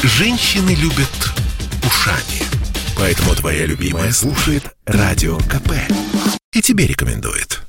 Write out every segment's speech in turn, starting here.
Женщины любят ушами. Поэтому твоя любимая слушает Радио КП. И тебе рекомендует.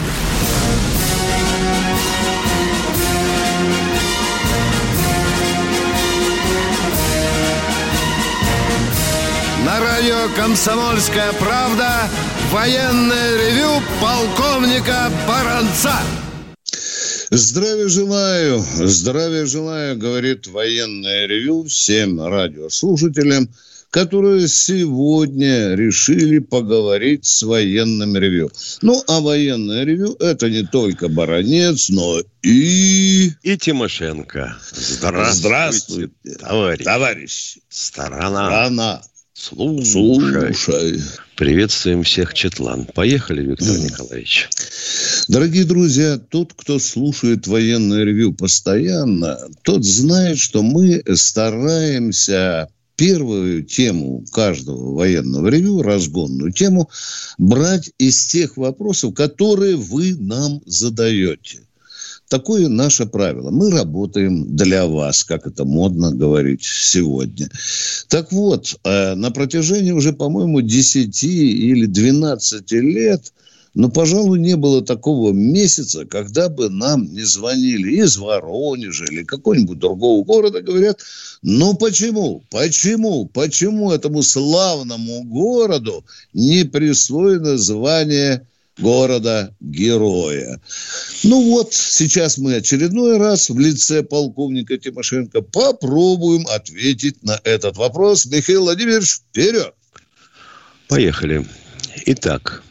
На радио «Комсомольская правда» военное ревю полковника Баранца. Здравия желаю, говорит военное ревю всем радиослушателям, которые сегодня решили поговорить с военным ревю. Ну, а военное ревю – это не только Баранец, но и Тимошенко. Здравствуйте, товарищ. Страна. Слушай. Приветствуем всех, Четлан. Поехали, Виктор Николаевич. Дорогие друзья, тот, кто слушает военное ревю постоянно, тот знает, что мы стараемся первую тему каждого военного ревю, разгонную тему, брать из тех вопросов, которые вы нам задаете. Такое наше правило. Мы работаем для вас, как это модно говорить сегодня. Так вот, на протяжении уже, по-моему, 10 или 12 лет, пожалуй, не было такого месяца, когда бы нам не звонили из Воронежа или какого-нибудь другого города, говорят, почему этому славному городу не присвоено звание города-героя. Сейчас мы очередной раз в лице полковника Тимошенко попробуем ответить на этот вопрос. Михаил Владимирович, вперед! Поехали. Итак,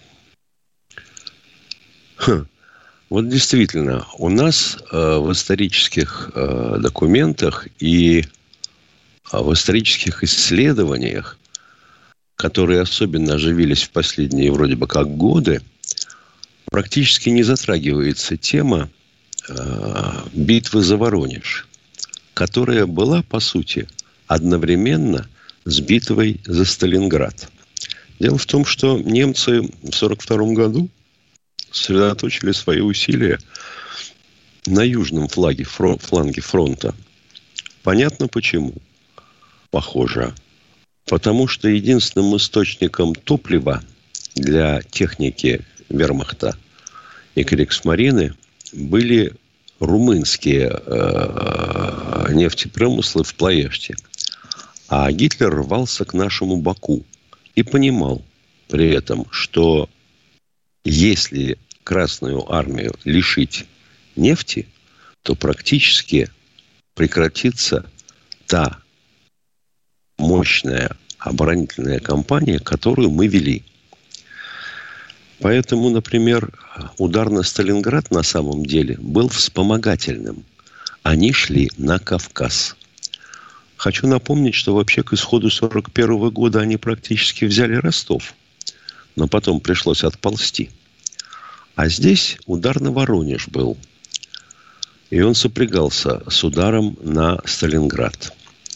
вот действительно, у нас в исторических документах и в исторических исследованиях, которые особенно оживились в последние вроде бы как годы, практически не затрагивается тема битвы за Воронеж, которая была, по сути, одновременно с битвой за Сталинград. Дело в том, что немцы в 1942 году сосредоточили свои усилия на южном фланге фронта. Понятно почему? Похоже. Потому что единственным источником топлива для техники вермахта и Кригсмарины были румынские нефтепромыслы в Плоеште. А Гитлер рвался к нашему Баку и понимал при этом, что если Красную армию лишить нефти, то практически прекратится та мощная оборонительная кампания, которую мы вели. Поэтому, например, удар на Сталинград на самом деле был вспомогательным. Они шли на Кавказ. Хочу напомнить, что вообще к исходу 1941 года они практически взяли Ростов. Но потом пришлось отползти. А здесь удар на Воронеж был. И он сопрягался с ударом на Сталинград.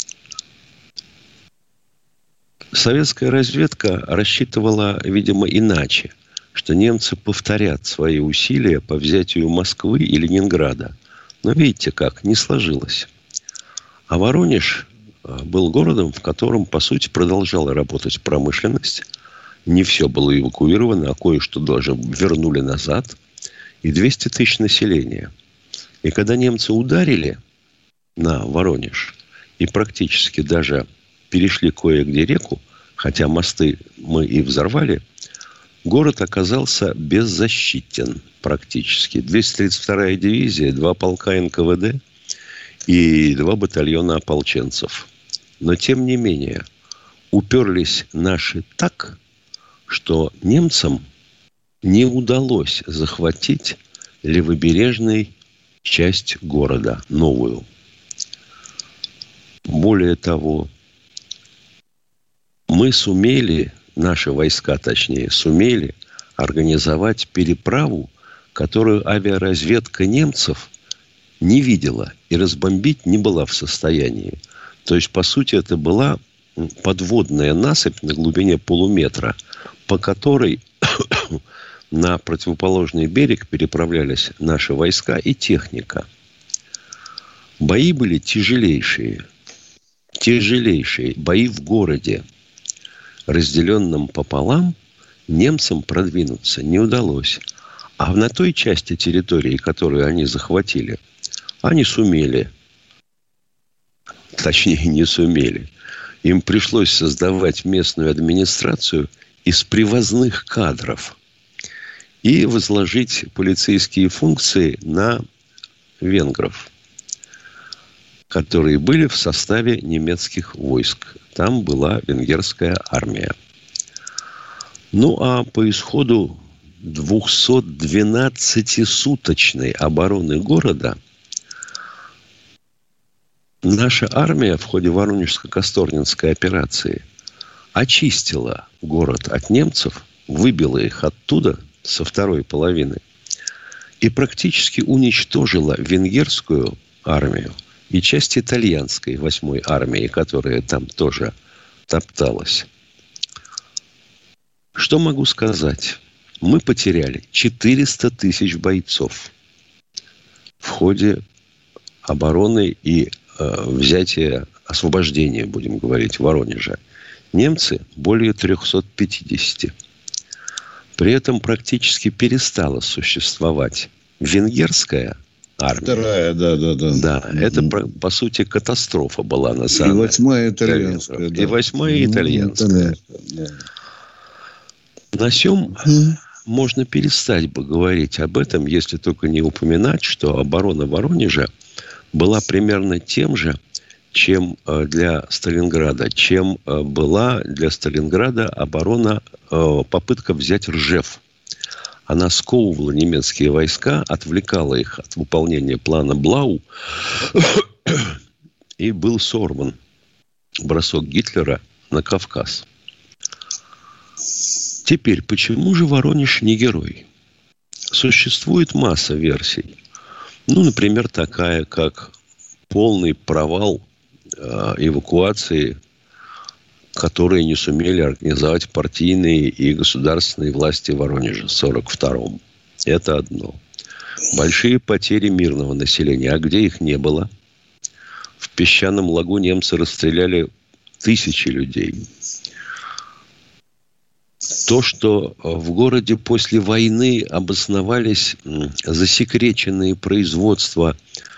Советская разведка рассчитывала, видимо, иначе, что немцы повторят свои усилия по взятию Москвы и Ленинграда. Но видите как, не сложилось. А Воронеж был городом, в котором, по сути, продолжала работать промышленность. Не все было эвакуировано, а кое-что даже вернули назад. И 200 тысяч населения. И когда немцы ударили на Воронеж и практически даже перешли кое-где реку, хотя мосты мы и взорвали, город оказался беззащитен практически. 232-я дивизия, 2 полка НКВД и 2 батальона ополченцев. Но, тем не менее, уперлись наши так, что немцам не удалось захватить левобережную часть города, новую. Более того, наши войска, точнее, сумели организовать переправу, которую авиаразведка немцев не видела и разбомбить не была в состоянии. То есть, по сути, это была подводная насыпь на глубине полуметра, по которой на противоположный берег переправлялись наши войска и техника. Бои были тяжелейшие. тяжелейшие бои в городе, разделенном пополам, немцам продвинуться не удалось. А на той части территории, которую они захватили, они сумели. Точнее, не сумели. Им пришлось создавать местную администрацию из привозных кадров и возложить полицейские функции на венгров, которые были в составе немецких войск. Там была венгерская армия. Ну, а по исходу 212-суточной обороны города наша армия в ходе Воронежско-Касторнинской операции очистила город от немцев, выбила их оттуда со второй половины и практически уничтожила венгерскую армию и часть итальянской 8-й армии, которая там тоже топталась. Что могу сказать? Мы потеряли 400 тысяч бойцов в ходе обороны и взятия, освобождения, будем говорить, Воронежа. Немцы более 350. При этом практически перестала существовать венгерская армия. Вторая, да. Да, это, по сути, катастрофа была на самом деле. И 8-я итальянская. Да. И 8-я итальянская. На сём можно перестать бы говорить об этом, если только не упоминать, что оборона Воронежа была примерно тем же, чем для Сталинграда, чем была для Сталинграда оборона, попытка взять Ржев. Она сковывала немецкие войска, отвлекала их от выполнения плана Блау, и был сорван бросок Гитлера на Кавказ. Теперь, почему же Воронеж не герой? Существует масса версий. Ну, например, такая, как полный провал эвакуации, которые не сумели организовать партийные и государственные власти Воронежа в 1942-м. Это одно. Большие потери мирного населения. А где их не было? В Песчаном Лагу немцы расстреляли тысячи людей. То, что в городе после войны обосновались засекреченные производства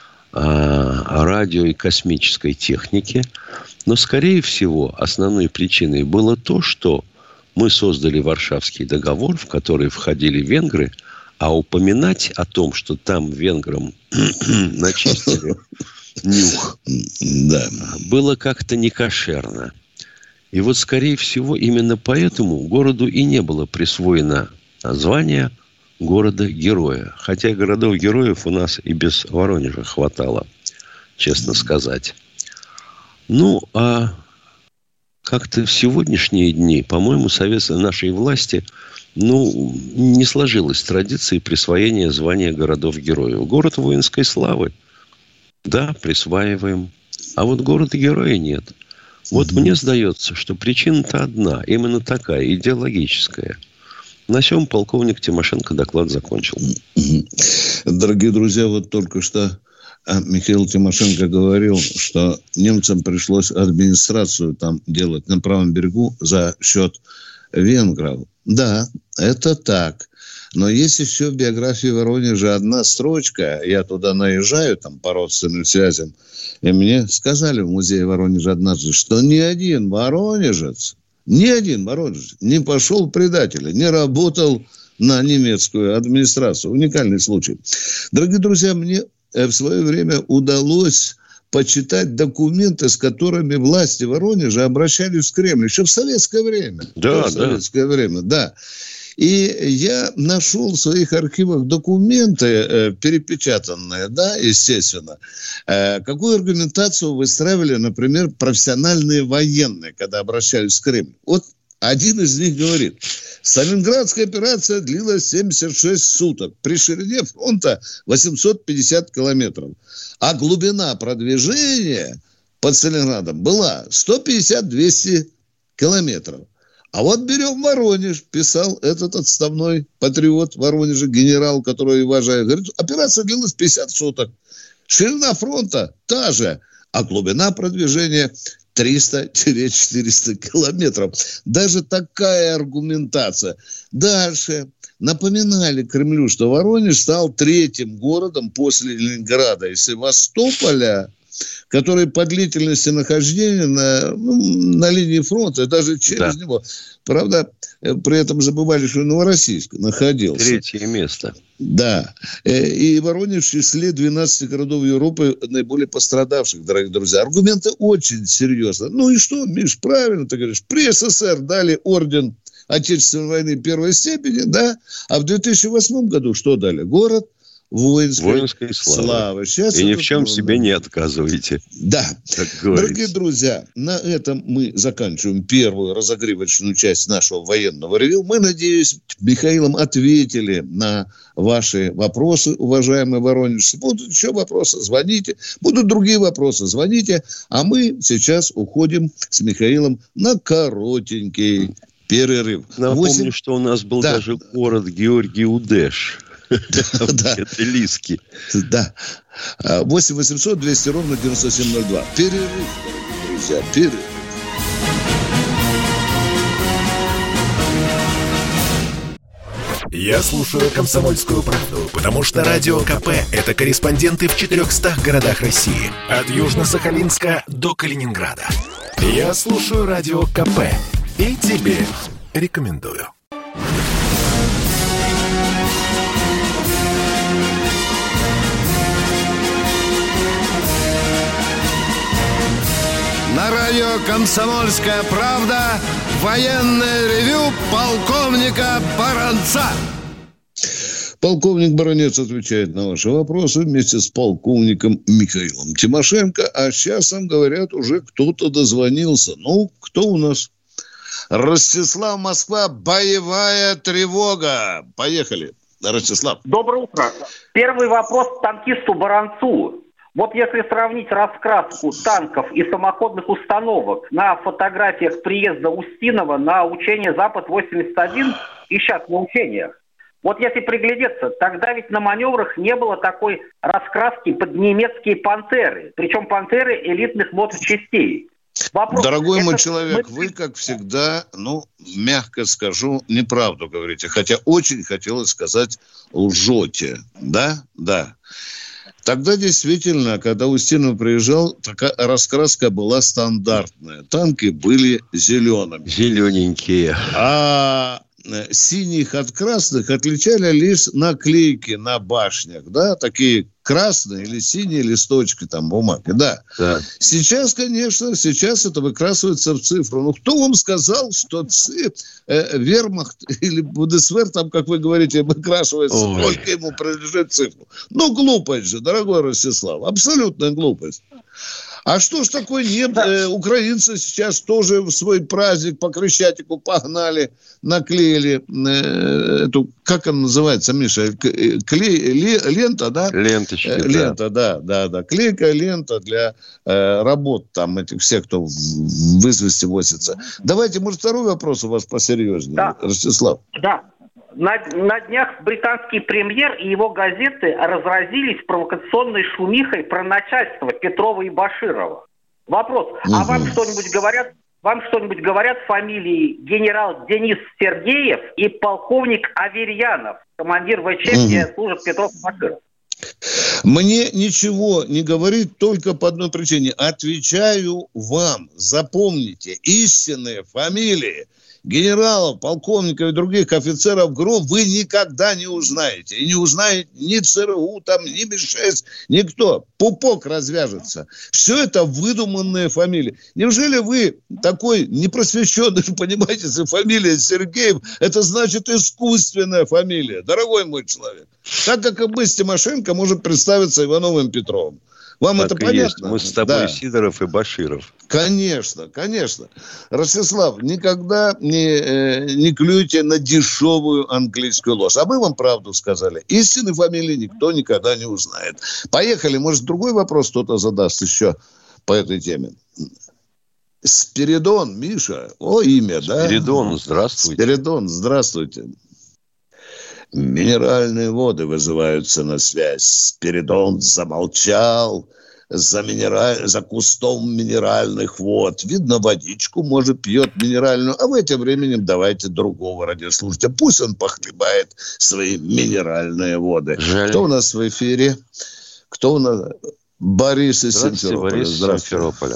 радио и космической техники, но, скорее всего, основной причиной было то, что мы создали Варшавский договор, в который входили венгры, а упоминать о том, что там венграм начистили нюх, было как-то некошерно. И вот, скорее всего, именно поэтому городу и не было присвоено звание города-героя. Хотя городов-героев у нас и без Воронежа хватало, честно сказать. Ну, а как-то в сегодняшние дни, по-моему, нашей власти, не сложилась традиции присвоения звания городов-героев. Город воинской славы, да, присваиваем. А вот города-героя нет. Вот мне сдается, что причина-то одна, именно такая, идеологическая. На сём полковник Тимошенко доклад закончил. Дорогие друзья, вот только что Михаил Тимошенко говорил, что немцам пришлось администрацию там делать на правом берегу за счет венгров. Да, это так. Но есть еще в биографии Воронежа одна строчка. Я туда наезжаю там по родственным связям. И мне сказали в музее Воронежа однажды, что ни один воронежец не пошел предателя, не работал на немецкую администрацию. Уникальный случай. Дорогие друзья, мне в свое время удалось почитать документы, с которыми власти Воронежа обращались в Кремль. Еще в советское время. Да. И я нашел в своих архивах документы, перепечатанные, да, естественно. Какую аргументацию выстраивали, например, профессиональные военные, когда обращались в Кремль. Вот один из них говорит: Сталинградская операция длилась 76 суток. При ширине фронта 850 километров. А глубина продвижения под Сталинградом была 150-200 километров. А вот берем Воронеж, писал этот отставной патриот Воронежа, генерал, который уважает. Говорит, операция длилась 50 суток. Ширина фронта та же, а глубина продвижения 300-400 километров. Даже такая аргументация. Дальше. Напоминали Кремлю, что Воронеж стал третьим городом после Ленинграда и Севастополя, который по длительности нахождения на линии фронта, даже через него. Правда, при этом забывали, что Новороссийск находился. Третье место. Да. И Воронеж в числе 12 городов Европы наиболее пострадавших, дорогие друзья. Аргументы очень серьезные. Ну и что, Миш, правильно ты говоришь. При СССР дали орден Отечественной войны первой степени, да? А в 2008 году что дали? Город воинской славы. Сейчас и ни в чем себе не отказываете. Да. Дорогие друзья, на этом мы заканчиваем первую разогревочную часть нашего военного ревью. Мы, надеюсь, Михаилом ответили на ваши вопросы, уважаемые воронежцы. Будут еще вопросы, звоните. Будут другие вопросы, звоните. А мы сейчас уходим с Михаилом на коротенький перерыв. Напомню, что у нас был даже город Георгий Удеш. Да. Это Лиски. Да. 8 800 200 ровно 9702. Перерыв, друзья, перерыв. Я слушаю «Комсомольскую правду», потому что Радио КП – это корреспонденты в 400 городах России. От Южно-Сахалинска до Калининграда. Я слушаю Радио КП и тебе рекомендую. На радио «Комсомольская правда» военное ревю полковника Баранца. Полковник Баранец отвечает на ваши вопросы вместе с полковником Михаилом Тимошенко. А сейчас, нам говорят, уже кто-то дозвонился. Ну, кто у нас? Ростислав, Москва, боевая тревога. Поехали, Ростислав. Доброе утро. Первый вопрос танкисту Баранцу. Вот если сравнить раскраску танков и самоходных установок на фотографиях приезда Устинова на учение «Запад-81» и сейчас на учениях, вот если приглядеться, тогда ведь на маневрах не было такой раскраски под немецкие «Пантеры», причем «Пантеры» элитных моточастей. Вопрос, дорогой мой человек, вы, как всегда, мягко скажу, неправду говорите, хотя очень хотелось сказать лжете. Да? Да. Тогда действительно, когда Устинов приезжал, такая раскраска была стандартная. Танки были зелеными. Зелененькие. А синих от красных отличали лишь наклейки на башнях, да, такие красные или синие листочки там бумаги, да. Сейчас, конечно, это выкрасывается в цифру. Ну, кто вам сказал, что Вермахт или Бундесвер, там, как вы говорите, выкрашивается, только ему принадлежит цифру? Ну, глупость же, дорогой Ростислав, абсолютная глупость. А что ж такое, нет, украинцы сейчас тоже в свой праздник по Крещатику погнали, наклеили эту, как она называется, Миша, лента, да? Ленточка, лента, да. Клейкая лента для работ там этих всех, кто в извести возится. Давайте, может, второй вопрос у вас посерьезнее, Ростислав. Да. На днях британский премьер и его газеты разразились провокационной шумихой про начальство Петрова и Баширова. Вопрос, а вам что-нибудь говорят фамилии генерал Денис Сергеев и полковник Аверьянов, командир ВЧ, где служат Петров и Баширов? Мне ничего не говорит только по одной причине. Отвечаю вам, запомните, истинные фамилии генералов, полковников и других офицеров ГРУ вы никогда не узнаете. И не узнает ни ЦРУ, там, ни МИ-6, никто. Пупок развяжется. Все это выдуманные фамилии. Неужели вы такой непросвещенный, понимаете, если фамилия Сергеев, это значит искусственная фамилия, дорогой мой человек. Так как мы с Тимошенко можем представиться Ивановым и Петровым. Вам так это понятно? Есть. Мы с тобой Сидоров и Баширов. Конечно. Ростислав, никогда не клюйте на дешевую английскую ложь. А мы вам правду сказали. Истинной фамилии никто никогда не узнает. Поехали. Может, другой вопрос кто-то задаст еще по этой теме? Спиридон, Миша. Имя, да? Спиридон, здравствуйте. Спиридон, здравствуйте. Минеральные воды вызываются на связь. Спиридон замолчал. за кустом минеральных вод. Видно, водичку, может, пьет минеральную. А в это время давайте другого радиослушателя. Пусть он похлебает свои минеральные воды. Жаль. Кто у нас в эфире? Кто у нас? Борис из Симферополя. Борис из Симферополя.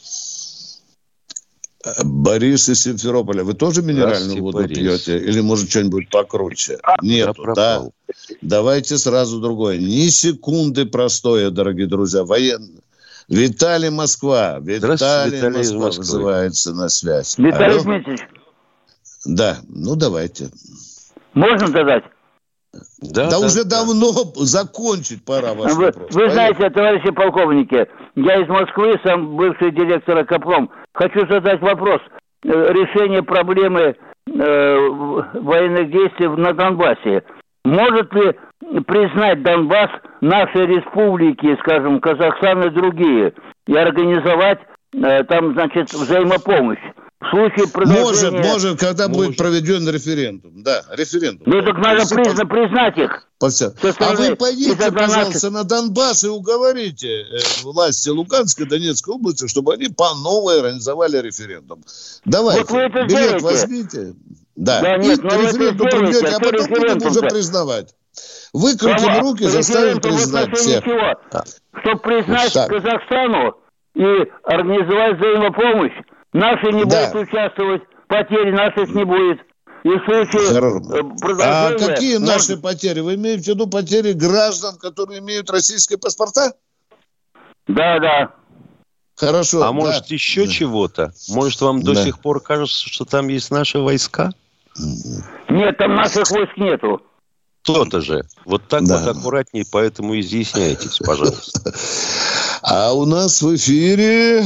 Борис из Симферополя. Вы тоже минеральную воду Борис. пьете? Или, может, что-нибудь покруче? Нет, да. Давайте сразу другое. Ни секунды простое, дорогие друзья. Военный. Виталий, Москва. Виталий Москва вызывается на связь. Виталий Дмитриевич. Да, ну давайте. Можно задать? Да, уже давно закончить пора ваш вопрос. Вы знаете, товарищи полковники, я из Москвы, сам бывший директор «Акопром». Хочу задать вопрос. Решение проблемы военных действий на Донбассе. Может ли признать Донбасс нашей республики, скажем, Казахстан и другие, и организовать там, значит, взаимопомощь? В случае продолжения... Может, когда будет проведен референдум. Да, референдум. Ну, так надо признать их. А вы поедете, пожалуйста, на Донбасс и уговорите власти Луганской, Донецкой области, чтобы они по новой организовали референдум. Давайте, вот вы это билет делаете. Возьмите. Да, нет, и референдум проведете, а потом будем уже признавать. Выкрутим руки, заставим признать всех. Чтобы признать Казахстану и организовать взаимопомощь, наши не будут участвовать, потери наших не будет. И в случае продолжения... А какие наши потери? Вы имеете в виду потери граждан, которые имеют российские паспорта? Да. Хорошо. А может еще чего-то? Может, вам до сих пор кажется, что там есть наши войска? Нет, там наших войск нету. То-то же. Вот так вот аккуратнее, поэтому изъясняйтесь, пожалуйста. А у нас в эфире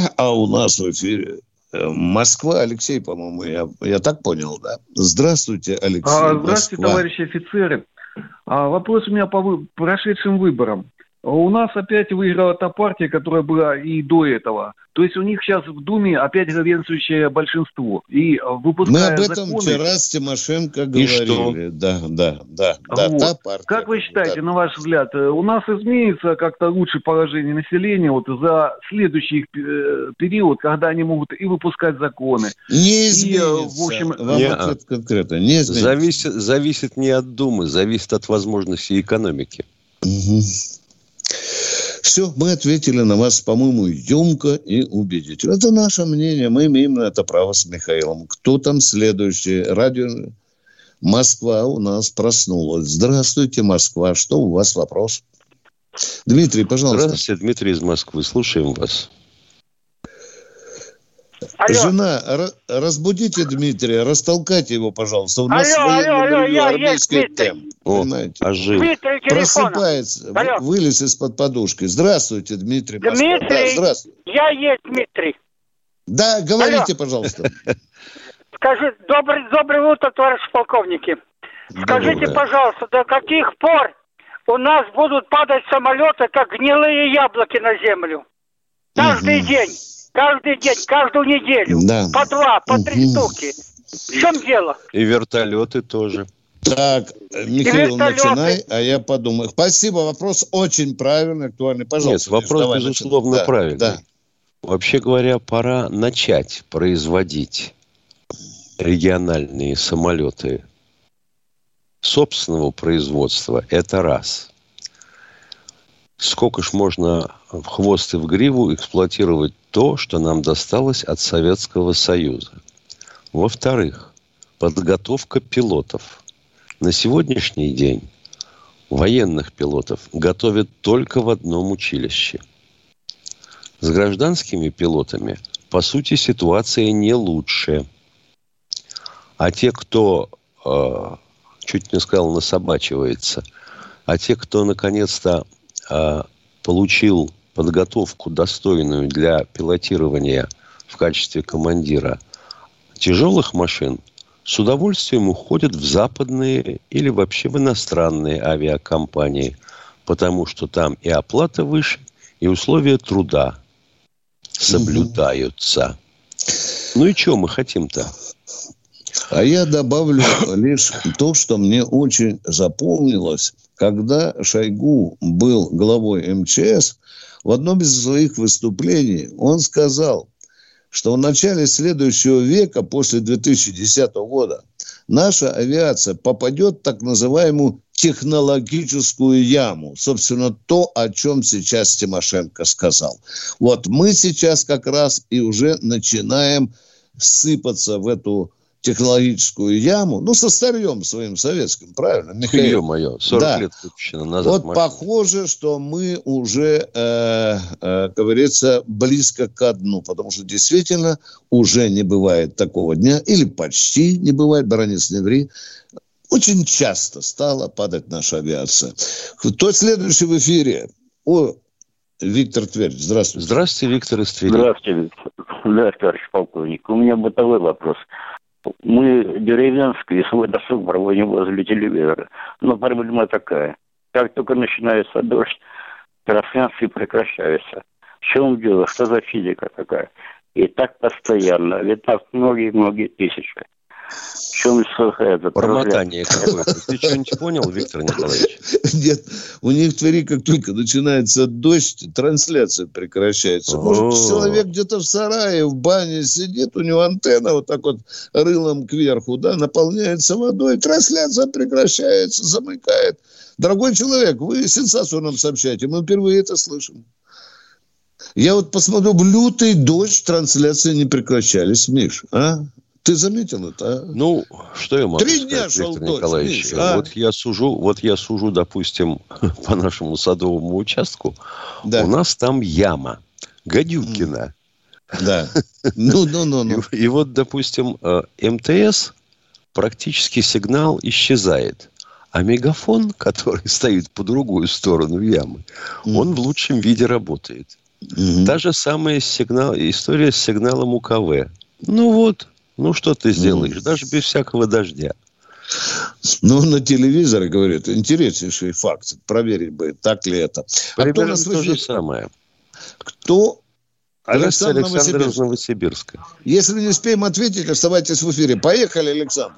Москва, Алексей, по-моему, я так понял, да? Здравствуйте, Алексей. Здравствуйте, товарищи офицеры. Вопрос у меня по прошедшим выборам. У нас опять выиграла та партия, которая была и до этого. То есть у них сейчас в Думе опять главенствующее большинство. И выпуская Мы об этом законы... вчера с Тимошенко говорили. Да. Вот. Та партия. Как вы считаете, на ваш взгляд, у нас изменится как-то лучше положение населения вот за следующий период, когда они могут и выпускать законы? Не изменится. В общем, вам ответ конкретно. Не изменится. Зависит не от Думы, зависит от возможностей экономики. Угу. Все, мы ответили на вас, по-моему, емко и убедительно. Это наше мнение, мы имеем на это право с Михаилом. Кто там следующий? Радио Москва у нас проснулась. Здравствуйте, Москва. Что у вас вопрос? Дмитрий, пожалуйста. Здравствуйте, Дмитрий из Москвы. Слушаем вас. Алло. Жена, разбудите Дмитрия, растолкайте его, пожалуйста. У нас армейский темп. Понимаете? Дмитрий, Просыпается, вылез из-под подушки. Здравствуйте, Дмитрий. Дмитрий, да, здравствуйте. Я есть Дмитрий. Да, говорите, пожалуйста. Скажи, доброе утро, товарищи полковники. Скажите, пожалуйста, до каких пор у нас будут падать самолеты, как гнилые яблоки на землю? Каждый день. Каждый день, каждую неделю. Да. По 2, по 3 штуки. В чем дело? И вертолеты тоже. Так, Михаил, начинай, а я подумаю. Спасибо, вопрос очень правильный, актуальный. Пожалуйста. Нет, вопрос, безусловно, правильный. Да. Вообще говоря, пора начать производить региональные самолеты собственного производства. Это раз. Сколько ж можно в хвост и в гриву эксплуатировать то, что нам досталось от Советского Союза. Во-вторых, подготовка пилотов. На сегодняшний день военных пилотов готовят только в одном училище. С гражданскими пилотами, по сути, ситуация не лучше. А те, кто, чуть не сказал, насобачивается, а те, кто наконец-то получил подготовку достойную для пилотирования в качестве командира тяжелых машин, с удовольствием уходят в западные или вообще в иностранные авиакомпании, потому что там и оплата выше, и условия труда соблюдаются. Ну и что мы хотим-то? А я добавлю лишь то, что мне очень запомнилось. Когда Шойгу был главой МЧС, в одном из своих выступлений он сказал, что в начале следующего века, после 2010 года, наша авиация попадет в так называемую технологическую яму. Собственно, то, о чем сейчас Тимошенко сказал. Вот мы сейчас как раз и уже начинаем сыпаться в эту технологическую яму, ну, со старьем своим советским, правильно, Михаил? Ё-моё, 40 лет выпущено назад. Вот машина. Похоже, что мы уже, как говорится, близко ко дну, потому что действительно уже не бывает такого дня, или почти не бывает, Баранец, не ври, очень часто стала падать наша авиация. Кто следующий в эфире? Виктор Тверь, здравствуйте. Здравствуйте, Виктор из Твери. Здравствуйте, Виктор. Здравствуйте, товарищ полковник. У меня бытовой вопрос. Мы деревенские, и свой досуг проводим возле телевизора. Но проблема такая. Как только начинается дождь, трансляции прекращаются. В чем дело? Что за физика такая? И так постоянно. Ведь так многие тысячи. В чем это? Промотание какое-то. Ты что-нибудь понял, Виктор Николаевич? Нет, у них в Твери, как только начинается дождь, трансляция прекращается. Может, человек где-то в сарае, в бане сидит, у него антенна вот так вот рылом кверху, да, наполняется водой, трансляция прекращается, замыкает. Дорогой человек, вы сенсацию нам сообщаете, мы впервые это слышим. Я вот посмотрю, в лютый дождь трансляции не прекращались, Миш, а? Ты заметил это, а? Ну, что я могу 3 сказать, дня шел Виктор дождь, Николаевич? Миша, Вот я сужу, допустим, по нашему садовому участку. Да. У нас там яма. Гадюкина. Да. Ну. И вот, допустим, МТС практически сигнал исчезает. А мегафон, который стоит по другую сторону ямы, он в лучшем виде работает. Та же самая история с сигналом УКВ. Ну, что ты сделаешь? Даже без всякого дождя. Ну, на телевизоре, говорят, интереснейший факт. Проверить бы, так ли это. Примерно то же самое. Кто? Александр из Новосибирска. Если не успеем ответить, оставайтесь в эфире. Поехали, Александр.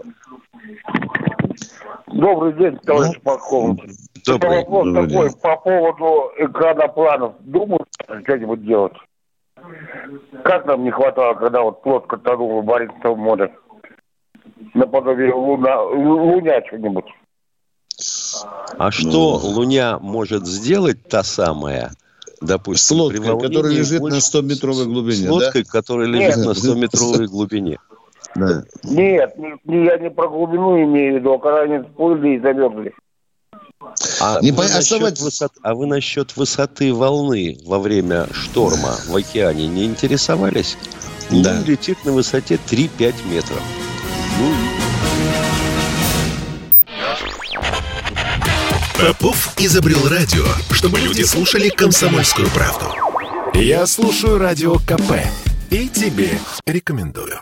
Добрый день, товарищ полковник. Это вопрос такой по поводу экранопланов. Думаю, что-нибудь делать. Как нам не хватало, когда вот лодка тонула в Баренцевом море? Наподобие Луня что-нибудь. А что Луня может сделать, та самая, допустим, с лодкой, которая лежит на 100-метровой глубине, с лодкой, да? которая лежит на 100-метровой глубине. Да. Нет, я не про глубину имею в виду, а когда они всплыли и замерзли. А вы насчет высоты волны во время шторма в океане не интересовались? Да. Он летит на высоте 3-5 метров. Попов изобрел радио, чтобы люди слушали «Комсомольскую правду». Я слушаю радио КП и тебе рекомендую.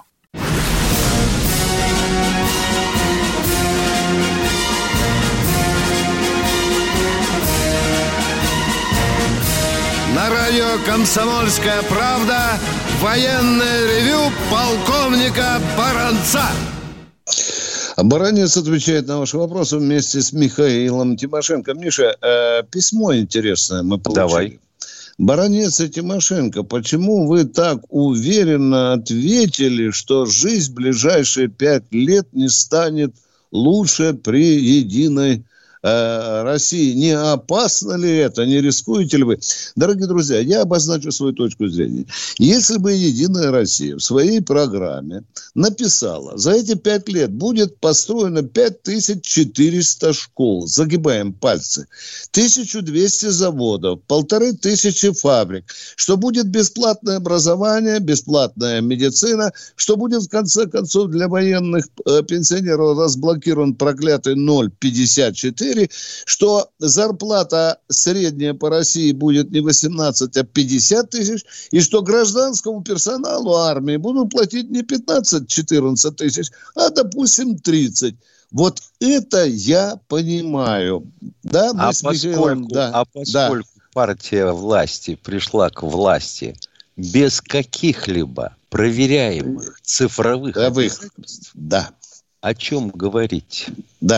На радио «Комсомольская правда» военное ревю полковника Баранца. Баранец отвечает на ваши вопросы вместе с Михаилом Тимошенко. Миша, письмо интересное мы получили. Давай. Баранец и Тимошенко, почему вы так уверенно ответили, что жизнь в ближайшие 5 лет не станет лучше при единой России? Не опасно ли это? Не рискуете ли вы? Дорогие друзья, я обозначу свою точку зрения. Если бы «Единая Россия» в своей программе написала, за эти 5 лет будет построено 5400 школ, загибаем пальцы, 1200 заводов, 1500 фабрик, что будет бесплатное образование, бесплатная медицина, что будет в конце концов для военных пенсионеров разблокирован проклятый 0,54, что зарплата средняя по России будет не 18, а 50 тысяч, и что гражданскому персоналу армии будут платить не 15-14 тысяч, а, допустим, 30. Вот это я понимаю. Да, мы поскольку партия власти пришла к власти без каких-либо проверяемых цифровых обязательств, да. О чем говорить? Да.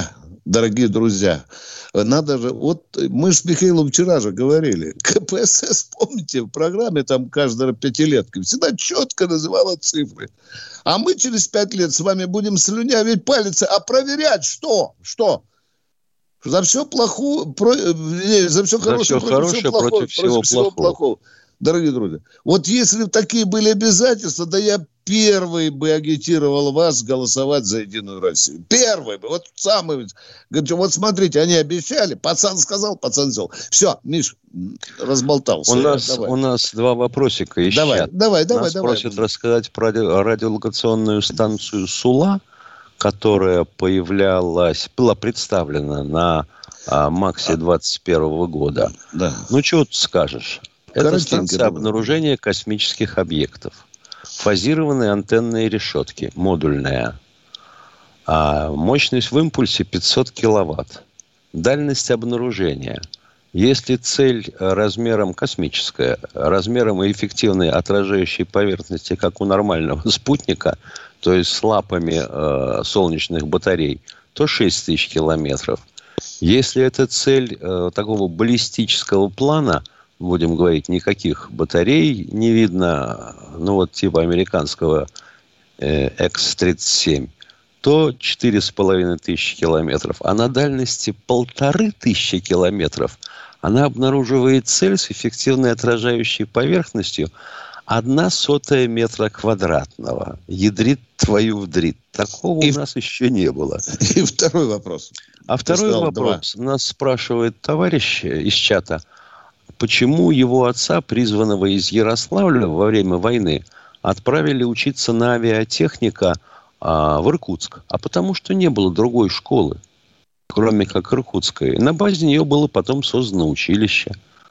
дорогие друзья. Надо же, вот мы с Михаилом вчера же говорили, КПСС, помните, в программе там каждая пятилетка всегда четко называла цифры. А мы через 5 лет с вами будем слюнявить палец, а проверять что? Что? За все плохое, за все хорошее, против всего плохого. Дорогие друзья, вот если бы такие были обязательства, да я первый бы агитировал вас голосовать за Единую Россию. Первый бы. Вот самый. Говорит, вот смотрите, они обещали, пацан сказал, пацан сделал. Все, Миш, разболтался. У нас 2 вопросика еще. Давай. Просят рассказать про радиолокационную станцию Сула, которая была представлена на МАКСе 21 года. Да. Ну, чего ты скажешь? Это станция обнаружения космических объектов. Фазированные антенные решетки, модульная. Мощность в импульсе 500 киловатт. Дальность обнаружения. Если цель размером космическая, размером и эффективной отражающей поверхности, как у нормального спутника, то есть с лапами солнечных батарей, то 6000 километров. Если это цель такого баллистического плана, будем говорить, никаких батарей не видно, типа американского X-37, то 4500 километров. А на дальности 1500 километров она обнаруживает цель с эффективной отражающей поверхностью 0,01 метра квадратного. Ядрит твою вдрит. Такого у нас еще не было. И второй вопрос. Второй вопрос. Нас спрашивает товарищ из чата, почему его отца, призванного из Ярославля во время войны, отправили учиться на авиатехника в Иркутск. А потому что не было другой школы, кроме как иркутской. На базе нее было потом создано училище.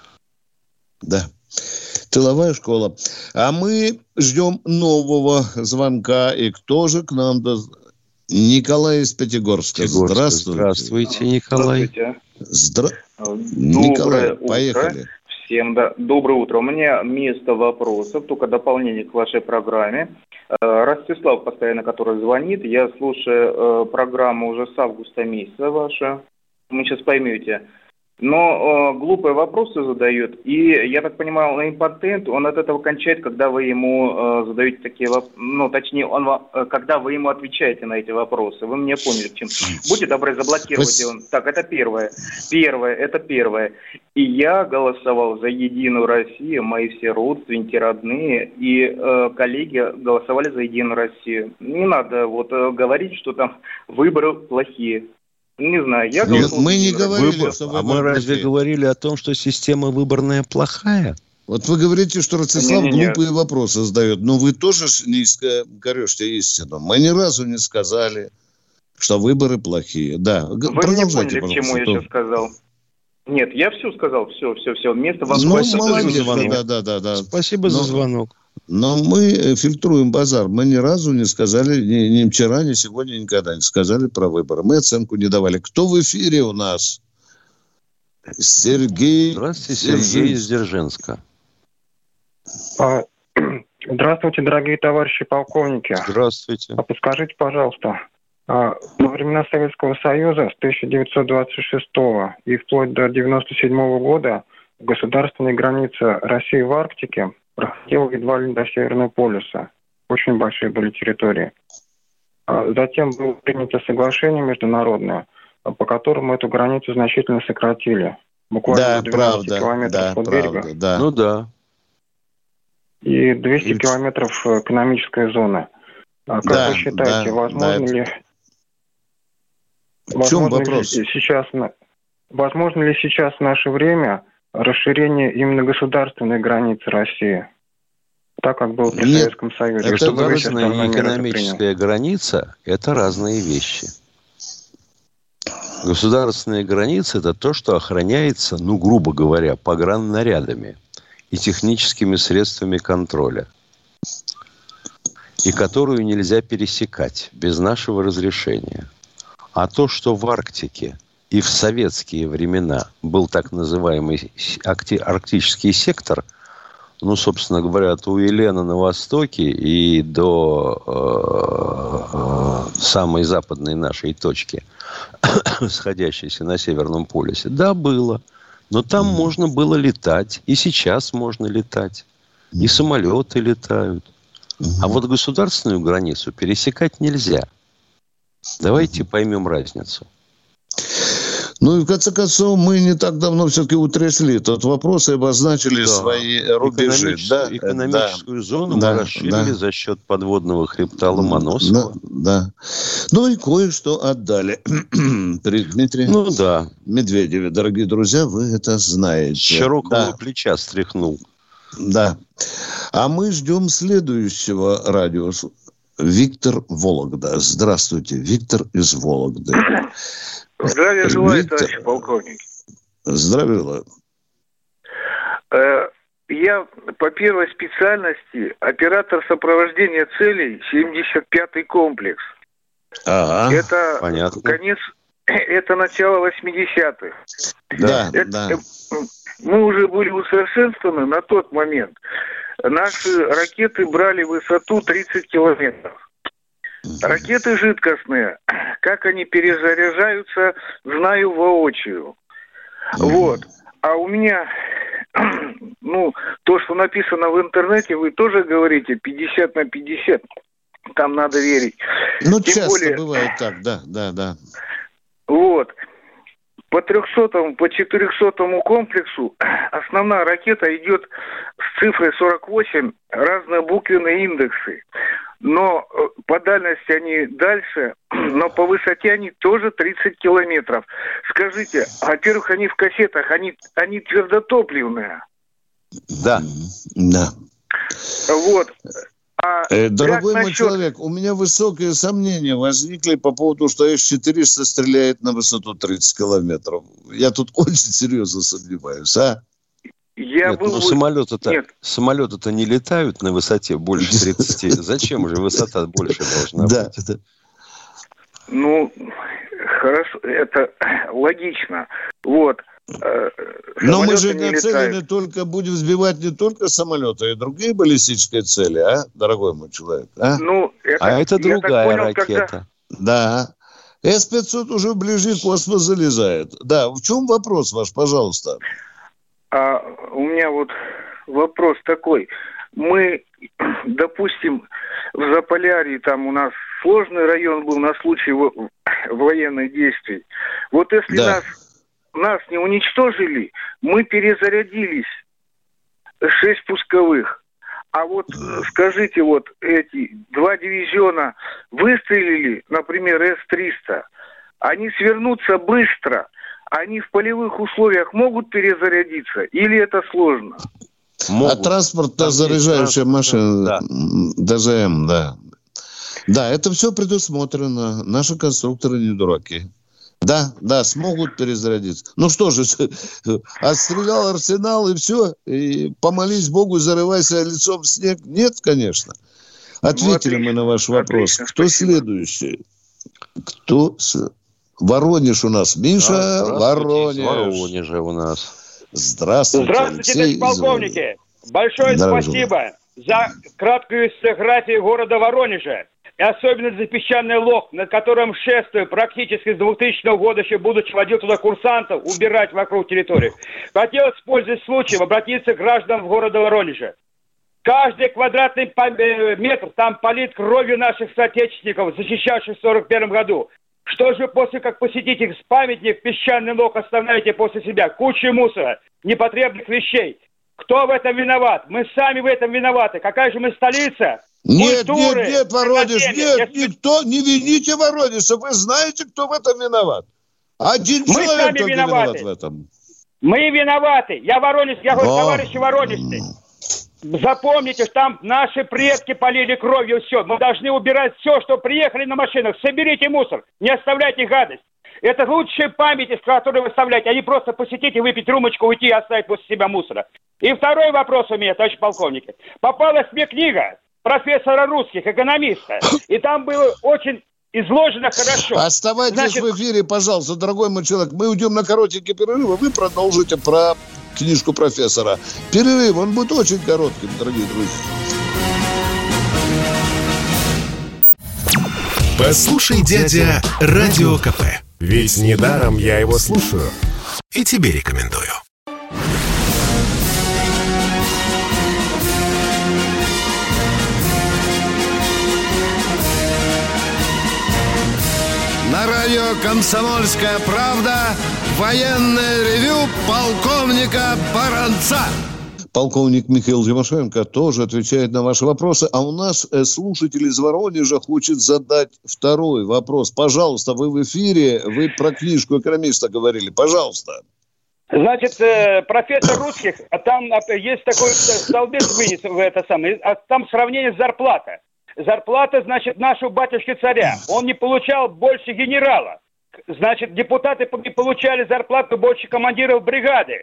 Да. Тыловая школа. А мы ждем нового звонка. И кто же к нам... Николай из Пятигорска. Здравствуйте. Здравствуйте, Николай. Здравствуйте. Николай, поехали. Всем доброе утро. У меня вместо вопросов, только дополнение к вашей программе. Ростислав постоянно, который звонит, я слушаю программу уже с августа месяца вашу. Вы сейчас поймете. Но глупые вопросы задает. И, я так понимаю, импотент, он от этого кончает, когда вы ему задаете такие вопросы. Точнее, когда вы ему отвечаете на эти вопросы. Вы меня поняли, чем. Будьте добры, заблокировать его. Так, это первое. Первое. И я голосовал за Единую Россию, мои все родственники, родные и коллеги голосовали за Единую Россию. Не надо говорить, что там выборы плохие. Не знаю, я голосовал. Мы не говорили, что выборы мы разве говорили о том, что система выборная плохая? Вот вы говорите, что Ростислав глупые вопросы задает, но вы тоже не корёшьте истину. Мы ни разу не сказали, что выборы плохие. Да, вы не поняли, к чему я сейчас сказал. Нет, я все сказал, все. Вместо вопроса. Молодец, да. Спасибо за звонок. Но мы фильтруем базар. Мы ни разу не сказали, ни вчера, ни сегодня, никогда не сказали про выборы. Мы оценку не давали. Кто в эфире у нас? Сергей. Здравствуйте, Сергей из Дзержинска. Здравствуйте, дорогие товарищи полковники. Здравствуйте. Подскажите, пожалуйста, во времена Советского Союза с 1926 и вплоть до 1997 года государственные границы России в Арктике проходила едва ли до Северного полюса. Очень большие были территории. Затем было принято соглашение международное, по которому эту границу значительно сократили. Буквально 12 километров от берега. Да. Ну да. И 200 километров экономической зоны. Как вы считаете, возможно ли... В чем вопрос? Возможно ли сейчас в наше время расширение именно государственной границы России, так как было при Советском Союзе? Государственная и экономическая граница – это разные вещи. Государственная граница – это то, что охраняется, грубо говоря, пограннарядами и техническими средствами контроля, и которую нельзя пересекать без нашего разрешения. А то, что в Арктике и в советские времена был так называемый арктический сектор, собственно говоря, от Уилена на востоке и до самой западной нашей точки, сходящейся на Северном полюсе. Да, было. Но там можно было летать. И сейчас можно летать. И самолеты летают. А вот государственную границу пересекать нельзя. Давайте поймем разницу. Ну и в конце концов мы не так давно все-таки утрясли тот вопрос и обозначили свои рубежи. Экономическую зону мы расширили за счет подводного хребта Ломоносова. Да. Ну и кое-что отдали. Дмитрий Медведев, дорогие друзья, вы это знаете. С широкого плеча стряхнул. Да. А мы ждем следующего радио. Виктор, Вологда. Здравствуйте, Виктор из Вологды. Здравия желаю, товарищ полковник. Здравия. Я по первой специальности оператор сопровождения целей 75-й комплекс. Это понятно. Конец, это начало 80-х. Да. Мы уже были усовершенствованы на тот момент. Наши ракеты брали высоту 30 километров. Ракеты жидкостные, как они перезаряжаются, знаю воочию. Вот. А у меня, то, что написано в интернете, вы тоже говорите 50 на 50. Там надо верить. Тем часто более, бывает так, да. Вот. По 300-му, по 400-му комплексу основная ракета идет с цифрой 48, разнобуквенные индексы. Но по дальности они дальше, но по высоте они тоже 30 километров. Скажите, во-первых, они в кассетах, они твердотопливные. Да. Вот. Дорогой мой человек, у меня высокие сомнения возникли по поводу, что С-400 стреляет на высоту 30 километров. Я тут очень серьезно сомневаюсь, самолеты-то не летают на высоте больше 30. Зачем же высота больше должна быть? Ну, хорошо, это логично. Вот. Но мы же нацелены только, будем сбивать не только самолеты, и другие баллистические цели, дорогой мой человек. Это другая ракета. Да. С-500 уже в ближний космос залезает. Да, в чем вопрос ваш, пожалуйста? У меня вот вопрос такой. Мы, допустим, в Заполярье, там у нас сложный район был на случай военных действий. Вот если нас не уничтожили, мы перезарядились 6 пусковых. А вот скажите, вот эти 2 дивизиона выстрелили, например, С-300, они свернутся быстро, они в полевых условиях могут перезарядиться или это сложно? А транспорт-то заряжающая машина, ДЗМ, да. Да, это все предусмотрено. Наши конструкторы не дураки. Да, смогут перезарядиться. Ну что же, отстрелял арсенал и все, и помолись Богу, зарывайся лицом в снег. Нет, конечно. Ответили мы на ваш вопрос. Кто следующий? Воронеж у нас. Миша, Воронеж. Воронеже у нас. Здравствуйте, товарищ полковники. Большое спасибо за краткую фотографию города Воронежа. И особенно за песчаный лог, над которым шествую практически с 2000 года, еще будучи водил туда курсантов, убирать вокруг территории. Хотел, используя случай, обратиться к гражданам города Воронежа. Каждый квадратный метр там полит кровью наших соотечественников, защищавших в 1941 году. Что же после, как посетите памятник, песчаный лог оставляете после себя? Кучу мусора, непотребных вещей. Кто в этом виноват? Мы сами в этом виноваты. Какая же мы столица? Нет, Воронеж, никто, не вините Воронежа. Вы знаете, кто в этом виноват? Один человек только виноват в этом. Мы виноваты. Я говорю, товарищи воронежцы, запомните, там наши предки полили кровью все. Мы должны убирать все, что приехали на машинах. Соберите мусор, не оставляйте гадость. Это лучшая память, которую вы оставляете, а не просто посетить и выпить рюмочку, уйти и оставить после себя мусора. И второй вопрос у меня, товарищ полковник. Попалась мне книга профессора русских, экономиста. И там было очень изложено хорошо. Оставайтесь в эфире, пожалуйста, дорогой мой человек. Мы уйдем на коротенький перерыв, а вы продолжите про книжку профессора. Перерыв, он будет очень коротким, дорогие друзья. Послушай, дядя, Радио КП. Ведь недаром я его слушаю. И тебе рекомендую. На радио «Комсомольская правда» военное ревю полковника Баранца. Полковник Михаил Тимошенко тоже отвечает на ваши вопросы. А у нас слушатель из Воронежа хочет задать второй вопрос. Пожалуйста, вы в эфире. Вы про книжку экономиста говорили. Пожалуйста. Значит, профессор русских, там есть такой столбец вынес в это самое, там сравнение с зарплатой. Зарплата, значит, нашего батюшки-царя. Он не получал больше генерала. Значит, депутаты не получали зарплату больше командиров бригады.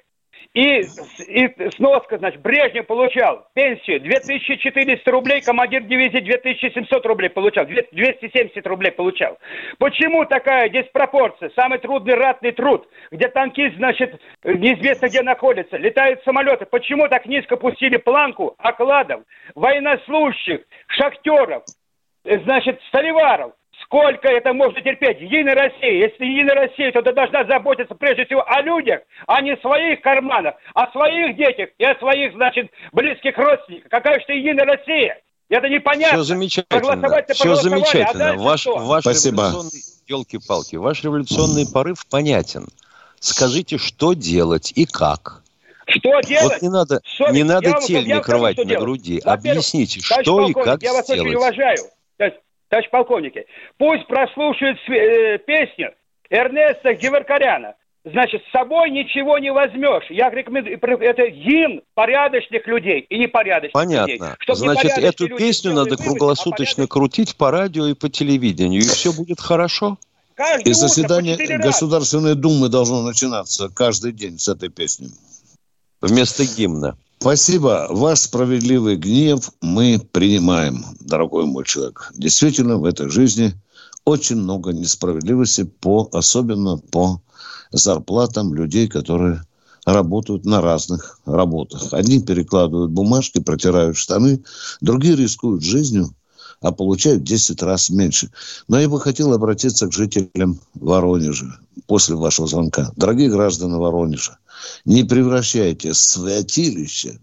И сноска, значит, Брежнев получал пенсию 2400 рублей, командир дивизии 2700 рублей получал, 270 рублей получал. Почему такая диспропорция? Самый трудный ратный труд, где танкист, значит, неизвестно где находится, летают самолеты. Почему так низко пустили планку окладов военнослужащих, шахтеров, значит, столеваров? Сколько это можно терпеть? Единая Россия. Если Единая Россия, то ты должна заботиться прежде всего о людях, а не о своих карманах, о своих детях и о своих, значит, близких родственниках. Какая же ты Единая Россия? Это непонятно. Все замечательно. Все замечательно. Ваш революционный, елки-палки, ваш революционный порыв понятен. Скажите, что делать и как? Что делать? Вот не надо тельник рвать на груди. Объясните, что и как я вас сделать. очень уважаю. Товарищ полковники, пусть прослушают песню Эрнеста Геворкяна. Значит, с собой ничего не возьмешь. Я рекомендую, это гимн порядочных людей и непорядочных людей. Понятно. Значит, эту песню надо круглосуточно крутить по радио и по телевидению, и все будет хорошо. И заседание Государственной Думы должно начинаться каждый день с этой песни. Вместо гимна. Спасибо. Ваш справедливый гнев мы принимаем, дорогой мой человек. Действительно, в этой жизни очень много несправедливости, особенно по зарплатам людей, которые работают на разных работах. Одни перекладывают бумажки, протирают штаны, другие рискуют жизнью, а получают в 10 раз меньше. Но я бы хотел обратиться к жителям Воронежа после вашего звонка. Дорогие граждане Воронежа, не превращайте святилище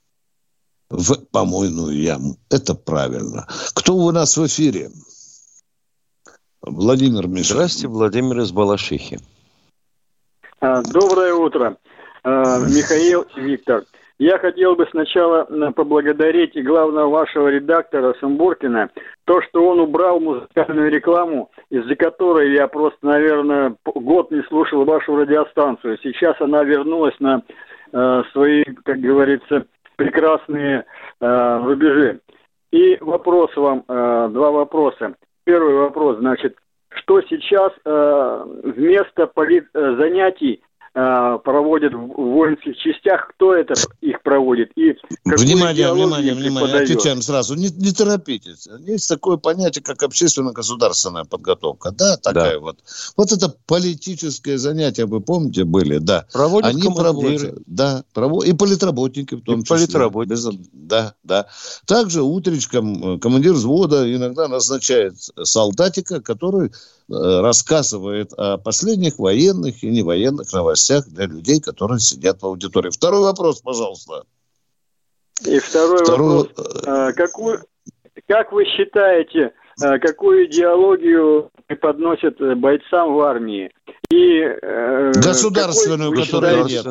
в помойную яму. Это правильно. Кто у нас в эфире? Владимир Мишин. Здравствуйте, Владимир из Балашихи. Доброе утро, Михаил и Виктор. Я хотел бы сначала поблагодарить главного вашего редактора Сумбуркина, то, что он убрал музыкальную рекламу, из-за которой я просто, наверное, год не слушал вашу радиостанцию. Сейчас она вернулась на свои, как говорится, прекрасные рубежи. И вопрос вам, два вопроса. Первый вопрос, значит, что сейчас вместо занятий проводят в воинских частях, кто это их проводит и внимание, отвечаем сразу, не торопитесь. Есть такое понятие, как общественно-государственная подготовка, да, такая вот. Вот это политическое занятие, вы помните, были, да. Проводят они командиры. Да, и политработники в том числе. Политработники. Да. Также утречком командир взвода иногда назначает солдатика, который рассказывает о последних военных и невоенных новостях для людей, которые сидят в аудитории. Второй вопрос, пожалуйста. И второй вопрос. Как вы считаете, какую идеологию преподносят бойцам в армии? И государственную, которой нет.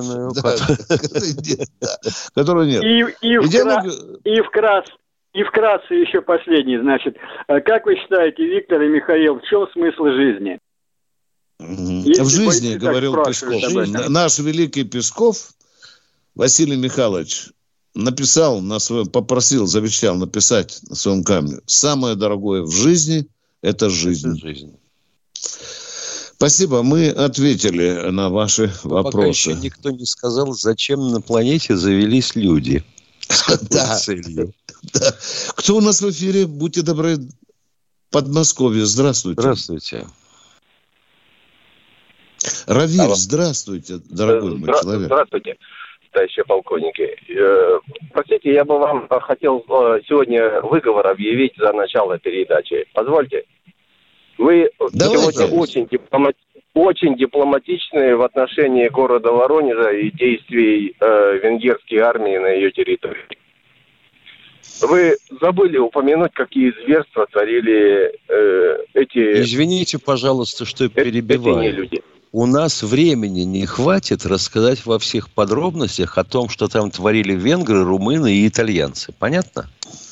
Которой нет. И вкратце еще последний, значит, как вы считаете, Виктор и Михаил, в чем смысл жизни? В жизни, говорил Песков, наш великий Песков, Василий Михайлович, завещал написать на своем камне: самое дорогое в жизни – это жизнь. Спасибо, мы ответили на ваши вопросы. Пока еще никто не сказал, зачем на планете завелись люди. Да. Кто у нас в эфире? Будьте добры. Подмосковье. Здравствуйте. Здравствуйте. Равиль, здравствуйте, дорогой мой человек. Здравствуйте, товарищи полковники. Простите, я бы вам хотел сегодня выговор объявить за начало передачи. Позвольте. Вы сегодня очень дипломатичны в отношении города Воронежа и действий венгерской армии на ее территории. Вы забыли упомянуть, какие зверства творили эти... Извините, пожалуйста, что перебиваю. У нас времени не хватит рассказать во всех подробностях о том, что там творили венгры, румыны и итальянцы. Понятно?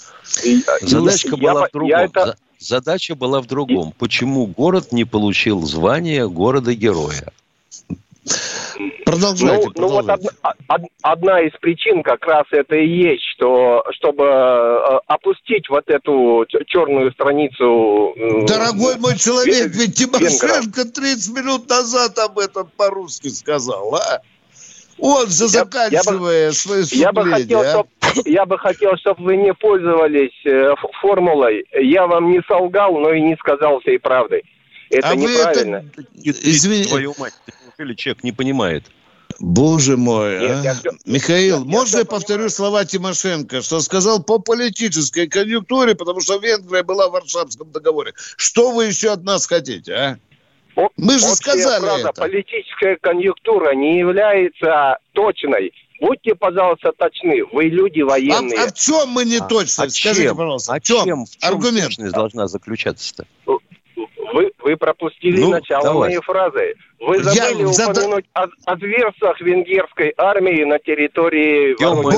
Задача была в другом. Почему город не получил звание города-героя? Продолжайте. Вот одна из причин как раз это и есть, что чтобы опустить вот эту черную страницу... Дорогой мой человек, ведь Тимошенко 30 минут назад об этом по-русски сказал, а? Он же заканчивая свои вступления. Я бы хотел, чтобы вы не пользовались формулой «я вам не солгал, но и не сказал всей правды». Это неправильно. Извините. Твою мать, или человек не понимает. Боже мой. Михаил, можно я повторю слова Тимошенко, что сказал по политической конъюнктуре, потому что Венгрия была в Варшавском договоре. Что вы еще от нас хотите, а? Мы же сказали это. Политическая конъюнктура не является точной. Будьте, пожалуйста, точны. Вы люди военные. А в чем мы не точны? Скажите, пожалуйста, в чем аргумент точность должна заключаться-то? Вы пропустили начало моей фразы. Вы забыли упомянуть о зверствах венгерской армии на территории...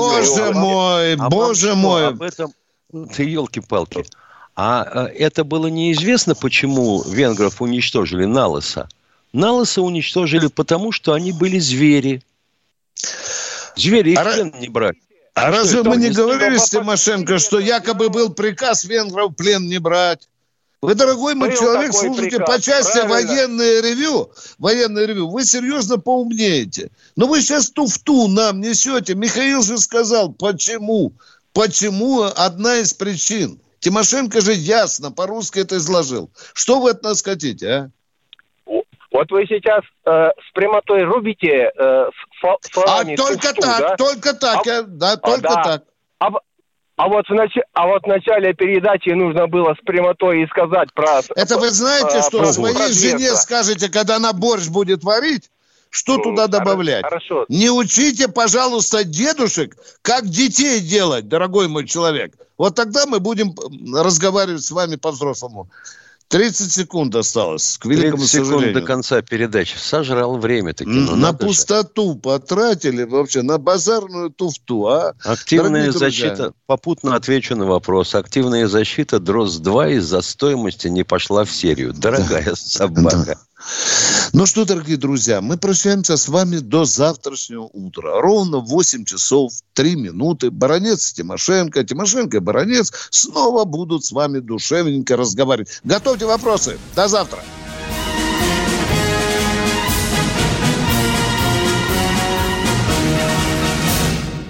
Боже мой! Об этом... Ты елки-палки. А это было неизвестно, почему венгров уничтожили налысо. Налысо уничтожили потому, что они были звери. Звери их в плен не брали. А разве мы не говорили с Тимошенко, что якобы был приказ венгров в плен не брать? Вы, дорогой мой человек, слушайте по части военное ревью, вы серьезно поумнеете. Но вы сейчас туфту нам несете. Михаил же сказал, почему. Почему одна из причин. Тимошенко же ясно по-русски это изложил. Что вы от нас хотите, а? Вот вы сейчас с прямотой рубите словами только туфту, так, да? Только так, так. А вот в начале передачи нужно было с прямотой и сказать про... Это вы знаете, что своей жене скажете, когда она борщ будет варить, что туда добавлять? Хорошо. Не учите, пожалуйста, дедушек, как детей делать, дорогой мой человек. Вот тогда мы будем разговаривать с вами по-взрослому. 30 секунд осталось, к великому 30 секунд сожалению. до конца передачи. Сожрал время-таки. На пустоту потратили вообще, на базарную туфту. А? Активная защита, попутно отвечу на вопрос. Активная защита ДРОС-2 из-за стоимости не пошла в серию. Дорогая собака. Ну что, дорогие друзья, мы прощаемся с вами до завтрашнего утра. Ровно в 8 часов 3 минуты. Баранец Тимошенко и Баранец снова будут с вами душевненько разговаривать. Готовьте вопросы. До завтра.